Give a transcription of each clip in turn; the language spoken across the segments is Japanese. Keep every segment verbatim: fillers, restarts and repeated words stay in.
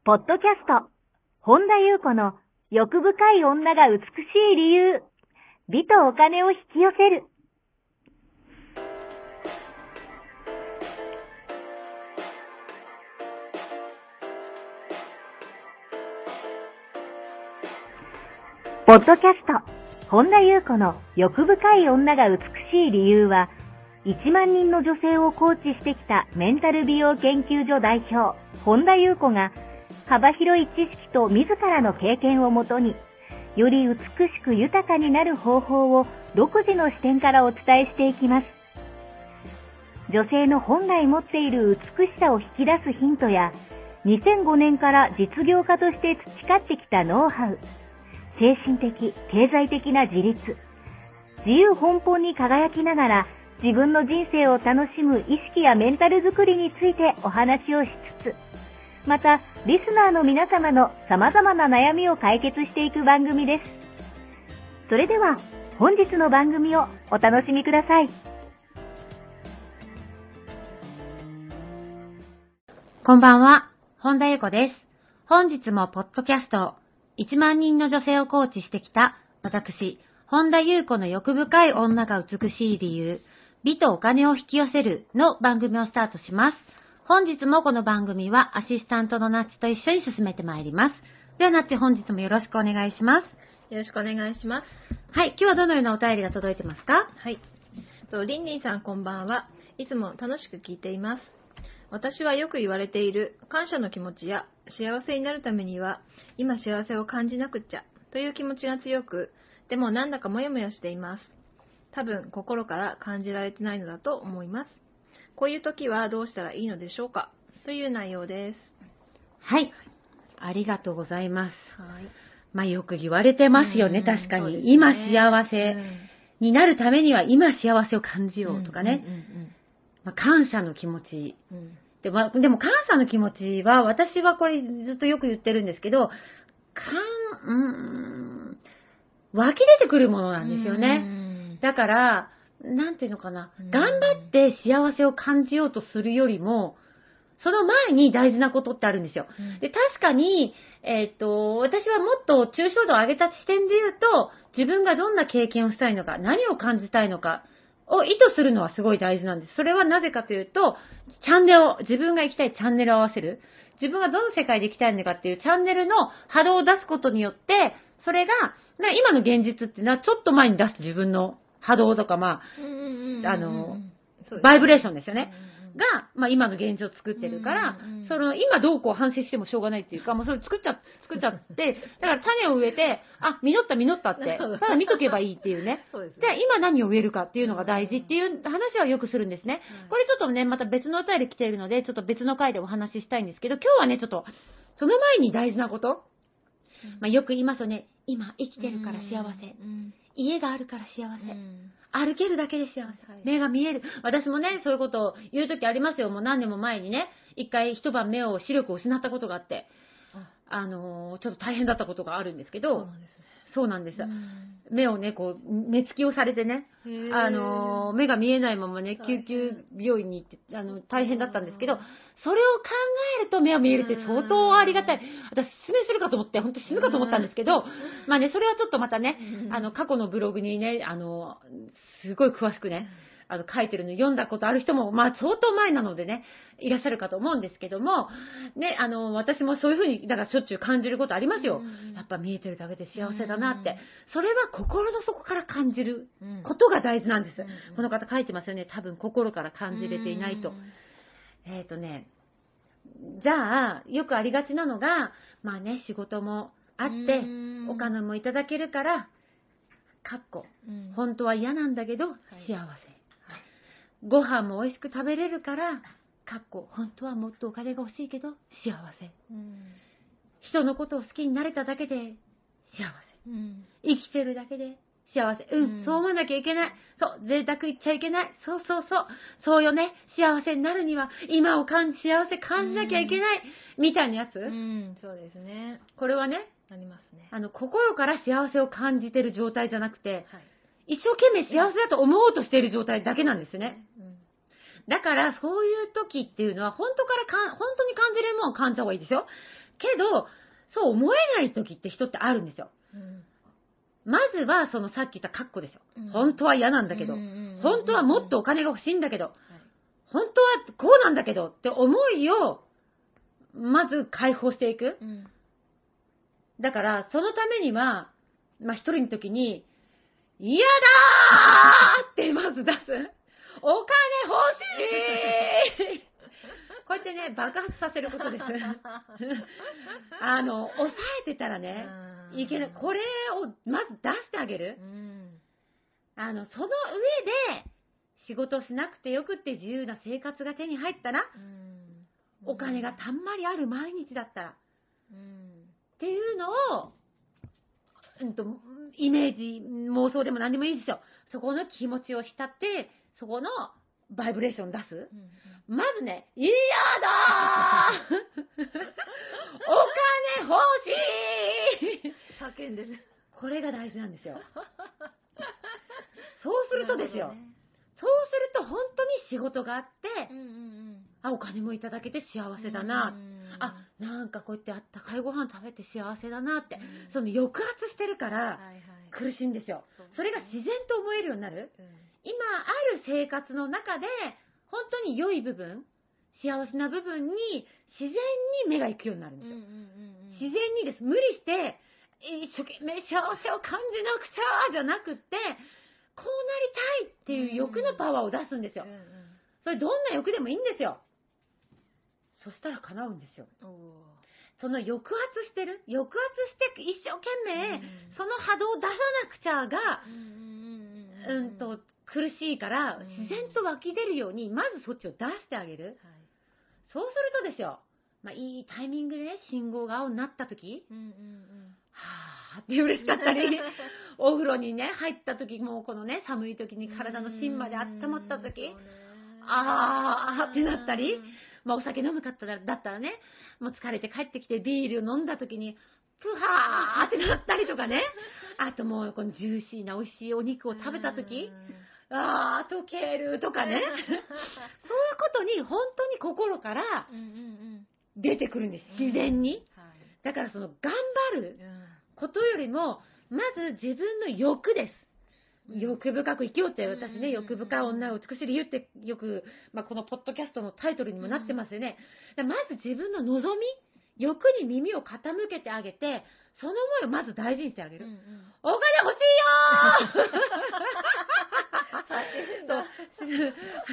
ポッドキャスト、本田裕子の欲深い女が美しい理由、美とお金を引き寄せる。ポッドキャスト、本田裕子の欲深い女が美しい理由は、いちまんにんの女性をコーチしてきたメンタル美容研究所代表、本田裕子が、幅広い知識と自らの経験をもとに、より美しく豊かになる方法を独自の視点からお伝えしていきます。女性の本来持っている美しさを引き出すヒントや、にせんごねんから実業家として培ってきたノウハウ、精神的、経済的な自立、自由奔放に輝きながら自分の人生を楽しむ意識やメンタルづくりについてお話をしつつ、またリスナーの皆様の様々な悩みを解決していく番組です。それでは本日の番組をお楽しみください。 こんばんは、本田裕子です。本日もポッドキャストいちまんにんの女性をコーチしてきた私、本田裕子の欲深い女が美しい理由、美とお金を引き寄せるの番組をスタートします。本日もこの番組はアシスタントのナッチと一緒に進めてまいります。ではナッチ、本日もよろしくお願いします。 よろしくお願いします。 はい、今日はどのようなお便りが届いてますか？ はい。とリンリンさんこんばんは。いつも楽しく聞いています。私はよく言われている感謝の気持ちや幸せになるためには今幸せを感じなくっちゃという気持ちが強く、でもなんだかモヤモヤしています。多分心から感じられてないのだと思います。こういう時はどうしたらいいのでしょうかという内容です。 はい。ありがとうございます。 はい。 まあよく言われてますよね、確かに。 ね、 今幸せになるためには今幸せを感じようとかね。 うんうんうんうん、 まあ、感謝の気持ち。 うん、 で, まあ、でも感謝の気持ちは、私はこれずっとよく言ってるんですけど、かん、うーん、湧き出てくるものなんですよね。だから、なんていうのかな、頑張って幸せを感じようとするよりも、その前に大事なことってあるんですよ。で、確かに、えっと、私はもっと抽象度を上げた視点で言うと、自分がどんな経験をしたいのか、何を感じたいのかを意図するのはすごい大事なんです。それはなぜかというと、チャンネルを、自分が行きたいチャンネルを合わせる。自分がどの世界で行きたいのかっていうチャンネルの波動を出すことによって、それが、今の現実っていうのはちょっと前に出す自分の波動とか、まあ、あの、バイブレーションですよね。が、まあ今の現状を作ってるから、その今どうこう反省してもしょうがないっていうか、もうそれ作っちゃ、作っちゃって、だから種を植えて、あ、実った実ったって、ただ見とけばいいっていうね。そうですね。じゃあ今何を植えるかっていうのが大事っていう話はよくするんですね。これちょっとね、また別のお便り来ているので、ちょっと別の回でお話ししたいんですけど、今日はね、ちょっと、その前に大事なこと。まあよく言いますよね。今生きてるから幸せ。家があるから幸せ。歩けるだけで幸せ。目が見える。私もね、そういうことを言うときありますよ。もう何年も前にね、一回一晩目を、視力を失ったことがあって、あのー、ちょっと大変だったことがあるんですけど、そうなんです。目をね、こう、目つきをされてね、あのー、目が見えないままね、救急病院に行って、あの、大変だったんですけど、それを考えると目が見えるって相当ありがたい。私、失明するかと思って、本当死ぬかと思ったんですけど、まあね、それはちょっとまたね、あの、過去のブログにね、あの、すごい詳しくね、あの、書いてるの読んだことある人も、まあ、相当前なのでね、いらっしゃるかと思うんですけども、ね、あの、私もそういうふうに、だからしょっちゅう感じることありますよ。やっぱ見えてるだけで幸せだなって。それは心の底から感じることが大事なんです。この方書いてますよね。多分心から感じれていないと。えっとね、じゃあ、よくありがちなのが、まあね、仕事もあって、お金もいただけるから、かっこ、本当は嫌なんだけど、幸せ。ご飯も美味しく食べれるから、かっこ、本当はもっとお金が欲しいけど、幸せ。人のことを好きになれただけで、幸せ。生きてるだけで、幸せ。うん、そう思わなきゃいけない。そう、贅沢言っちゃいけない。そうそうそう。そうよね。幸せになるには、今を感じ、幸せ感じなきゃいけない。みたいなやつ。 うん、そうですね。 これはね、 ありますね。 あの、心から幸せを感じてる状態じゃなくて、はい、一生懸命幸せだと思おうとしている状態だけなんですね。うん、だから、そういう時っていうのは、本当からかん、本当に感じれるものを感じた方がいいですよ。 けど、そう思えない時って人ってあるんですよ。うん、まずは、そのさっき言ったカッコですよ。うん、本当は嫌なんだけど、本当はもっとお金が欲しいんだけど、はい、本当はこうなんだけどって思いを、まず解放していく。うん、だから、そのためには、まあ一人の時に、嫌だーってまず出す。お金欲しいこうやってね、爆発させることです。あの、抑えてたらね、いけない。これをまず出してあげる。うん、あの、その上で、仕事をしなくてよくって自由な生活が手に入ったら、うん、お金がたんまりある毎日だったら、うん、っていうのを、うんと、イメージ、妄想でも何でもいいですよ。そこの気持ちを浸って、そこのバイブレーション出す。うんうん、まずね、嫌だーお金欲しい叫んでる。 これが大事なんですよ。そうするとですよ。ね、そうすると本当に仕事があって、うんうんうん、あ、お金もいただけて幸せだな、うんうん、あ、なんかこうやってあったかいご飯食べて幸せだなって、うん、その抑圧してるから苦しいんですよ。はいはい、それが自然と思えるようになる。うん、今ある生活の中で本当に良い部分、幸せな部分に自然に目が行くようになるんですよ。うんうんうんうん、自然にです。無理して一生懸命幸せを感じなくちゃじゃなくって、こうなりたいっていう欲のパワーを出すんですよ。うんうん、それどんな欲でもいいんですよ。そしたら叶うんですよ。その抑圧してる、抑圧して一生懸命、その波動を出さなくちゃが、うんと苦しいから、自然と湧き出るように、まずそっちを出してあげる。はい、そうするとですよ、まあ、いいタイミングでね、信号が青になった時、うんうんうん、はぁーって嬉しかったり、お風呂にね、入った時も、このね、寒い時に体の芯まで温まった時、あーってなったり、まあ、お酒飲むかったら、だったらね、もう疲れて帰ってきてビールを飲んだ時に、プハーってなったりとかね、あともう、このジューシーな美味しいお肉を食べた時、あー、溶けるとかね、そういうことに本当に心から出てくるんです、自然に。だからその頑張ることよりも、まず自分の欲です。欲深く生きようって、私ね、欲深い女を美しい理由ってよく、まあ、このポッドキャストのタイトルにもなってますよね。まず自分の望み、欲に耳を傾けてあげて、その思いをまず大事にしてあげる。うんうん、お金欲しいよー嫌だ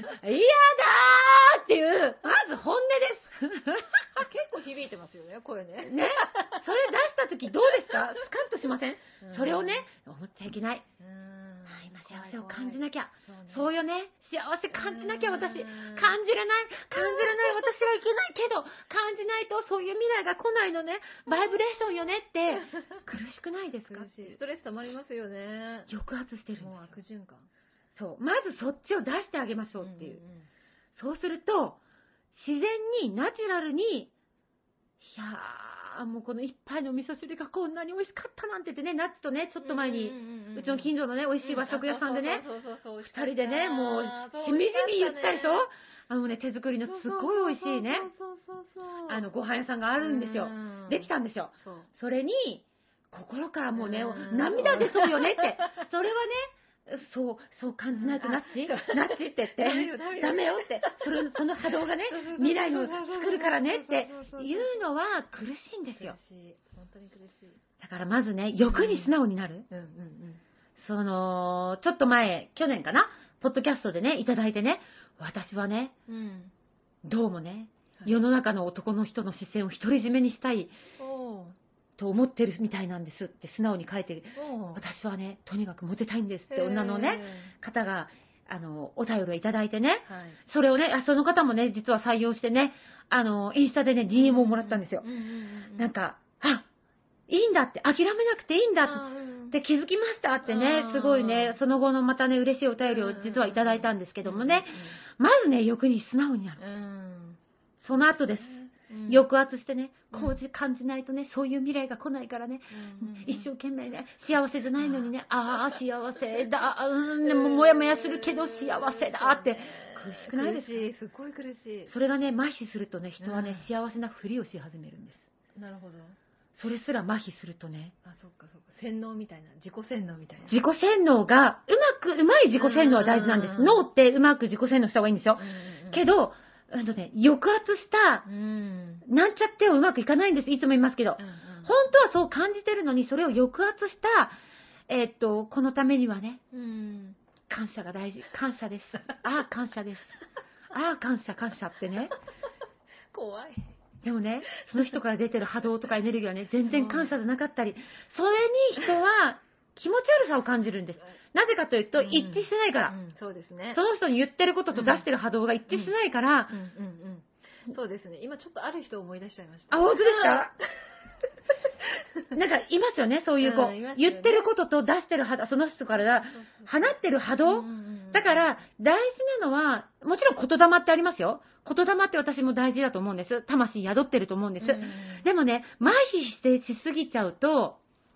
ーっていう、まず本音です。 結構響いてますよね、声ね。 ね。それ出したときどうですか？スカッとしません？うん、それをね、思っちゃいけない。うん今幸せを感じなきゃ。そうね、そうよね。幸せ感じなきゃ私。感じれない。感じれない私がいけないけど、感じないとそういう未来が来ないのね。バイブレーションよねって。苦しくないですか？ 苦しい。ストレス溜まりますよね。 抑圧してるんですよ。 もう悪循環。 そう。まずそっちを出してあげましょうっていう。うんうん、そうすると、自然にナチュラルに、いやー、もうこの一杯の味噌汁がこんなに美味しかったなんて言ってね、ナッツとね、ちょっと前に、う, うちの近所のね、美味しい和食屋さんでね、二人でね、もう、しみじみ言ったでしょ？あのね、手作りのすごい美味しいね、あの、ご飯屋さんがあるんですよ。できたんですよ。それに、心からもうね、涙出そうよねって、それはね、そう、そう感じないとナッチナッチって言って、ダメよって、それ、その波動がね、未来を作るからねっていうのは苦しいんですよ。 苦しい。本当に苦しい。 だからまずね、欲に素直になる。うんうんうん、その、ちょっと前、去年かな、ポッドキャストでね、いただいてね、私はね、うん、どうもね、世の中の男の人の視線を独り占めにしたい。と思ってるみたいなんですって素直に書いて、私はねとにかくモテたいんですって女のね方があのお便りをいただいてね、はい、それをねあその方もね実は採用してねあのインスタでね ディーエム をもらったんですよ、うんうんうんうん、なんかあいいんだって諦めなくていいんだって気づきましたってねすごいねその後のまたね嬉しいお便りを実はいただいたんですけどもね、まずね欲に素直になる、うん、その後です抑圧してね、こう感じないとね、そういう未来が来ないからね、うんうんうん、一生懸命ね、幸せじゃないのにね、ああ、幸せだ、うん、でももやもやするけど幸せだって、苦しくないですか？ 苦しい、すごい苦しい。 それがね、麻痺するとね、人はね、うん、幸せなふりをし始めるんです。 なるほど。 それすら麻痺するとね。 あ、そっかそっか。洗脳みたいな。自己洗脳みたいな。 自己洗脳が、うまく、うまい自己洗脳は大事なんです。脳ってうまく自己洗脳した方がいいんですよ。 うんうん、 けど、あのね、抑圧した、うん、なんちゃってはうまくいかないんです。いつも言いますけど。うんうん、本当はそう感じてるのに、それを抑圧した、えー、っと、このためにはね、うん、感謝が大事。感謝です。ああ、感謝です。ああ、感謝、感謝ってね。 怖い。 でもね、その人から出てる波動とかエネルギーはね、全然感謝じゃなかったり、それに人は気持ち悪さを感じるんです。なぜかというと、一致してないから。うんうん、 そうですね。 その人に言ってることと出してる波動が一致してないから。 うんうんうんうん、そうですね。今ちょっとある人を思い出しちゃいました。 あ、本当ですか？なんかいますよね、そういう子、うんね、言ってることと出してる波動、その人から放ってる波動、だから大事なのは、もちろん言霊ってありますよ。言霊って私も大事だと思うんです。魂宿ってると思うんです。うん、でもね、麻痺してしすぎちゃうと、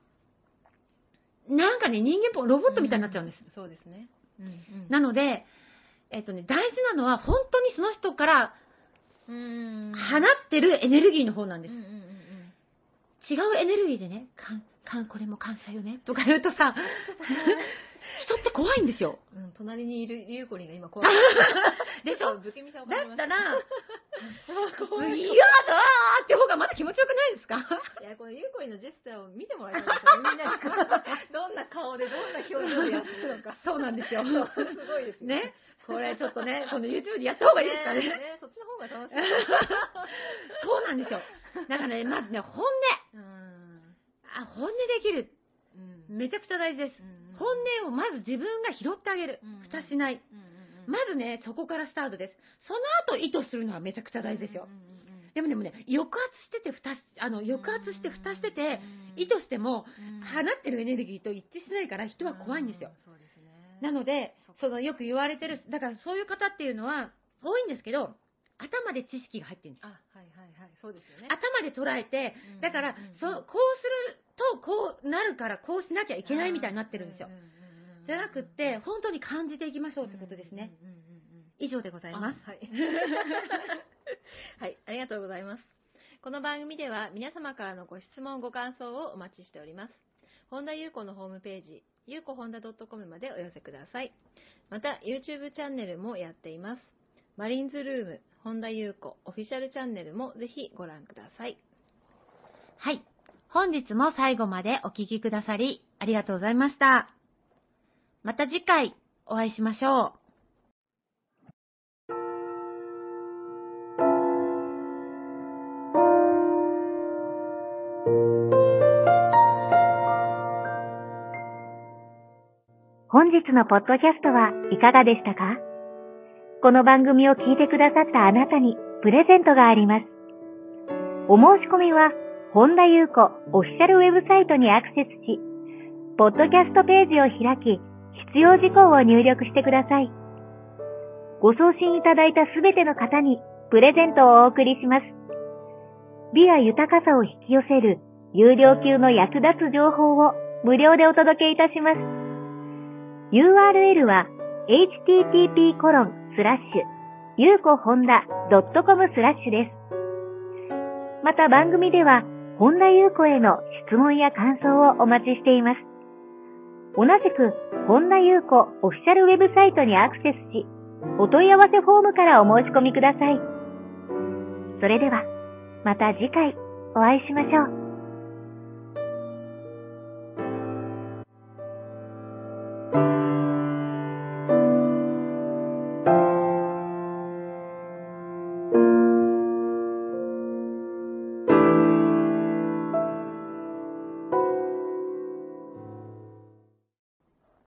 なんかね、人間っぽいロボットみたいになっちゃうんです。 うん、そうですね。うんうん、 なので、えっとね、大事なのは本当にその人から放ってるエネルギーの方なんです。うんうんうんうん、違うエネルギーでね、かん、かん、これも感謝よねとか言うとさ、人って怖いんですよ。 うん、隣にいるゆうこりんが今怖い。 でしょ？ 不気味さをだ感じました。 ったら、 そう怖い。 嫌だーって方がまだ気持ちよくないですか？ いや、このゆうこりんのジェスチャーを見てもらいたいですよ。みんなにどんな顔でどんな表情でやってるのか。 そうなんですよ。 すごいですね。 ね。これちょっとね、この YouTube でやった方がいいですかね。 ね, ねそっちの方が楽しい。 そうなんですよ。だからね、まずね、本音。うんあ本音できる。うん、めちゃくちゃ大事です。うんうん、本音をまず自分が拾ってあげる。うんうん、蓋しない、うんうんうん。まずね、そこからスタートです。その後意図するのはめちゃくちゃ大事ですよ。うんうんうん、でもでもね、抑圧してて蓋し、あの、抑圧して蓋してて、意図しても、放ってるエネルギーと一致しないから人は怖いんですよ。そうですね。なので、そのよく言われてる、だからそういう方っていうのは多いんですけど、頭で知識が入ってるんです。 あ、はいはいはい。そうですよね。 頭で捉えて、だから、そう、こうすると、こうなるから、こうしなきゃいけないみたいになってるんですよ。じゃなくって、本当に感じていきましょうってことですね。以上でございます。 はい。はい、ありがとうございます。この番組では、皆様からのご質問、ご感想をお待ちしております。本田裕子のホームページ、ゆうこ本田 .com までお寄せください。また、YouTube チャンネルもやっています。マリンズルーム、本田裕子オフィシャルチャンネルもぜひご覧ください。 はい。本日も最後までお聞きくださりありがとうございました。また次回お会いしましょう。 本日のポッドキャストはいかがでしたか？この番組を聞いてくださったあなたにプレゼントがあります。お申し込みは、本田裕子オフィシャルウェブサイトにアクセスし、ポッドキャストページを開き、必要事項を入力してください。ご送信いただいたすべての方にプレゼントをお送りします。美や豊かさを引き寄せる有料級の役立つ情報を無料でお届けいたします。ユーアールエル は エイチティーティーピーコロンスラッシュゆうこほんだドットコムスラッシュです。また番組では本田裕子への質問や感想をお待ちしています。同じく本田裕子オフィシャルウェブサイトにアクセスし、お問い合わせフォームからお申し込みください。それではまた次回お会いしましょう。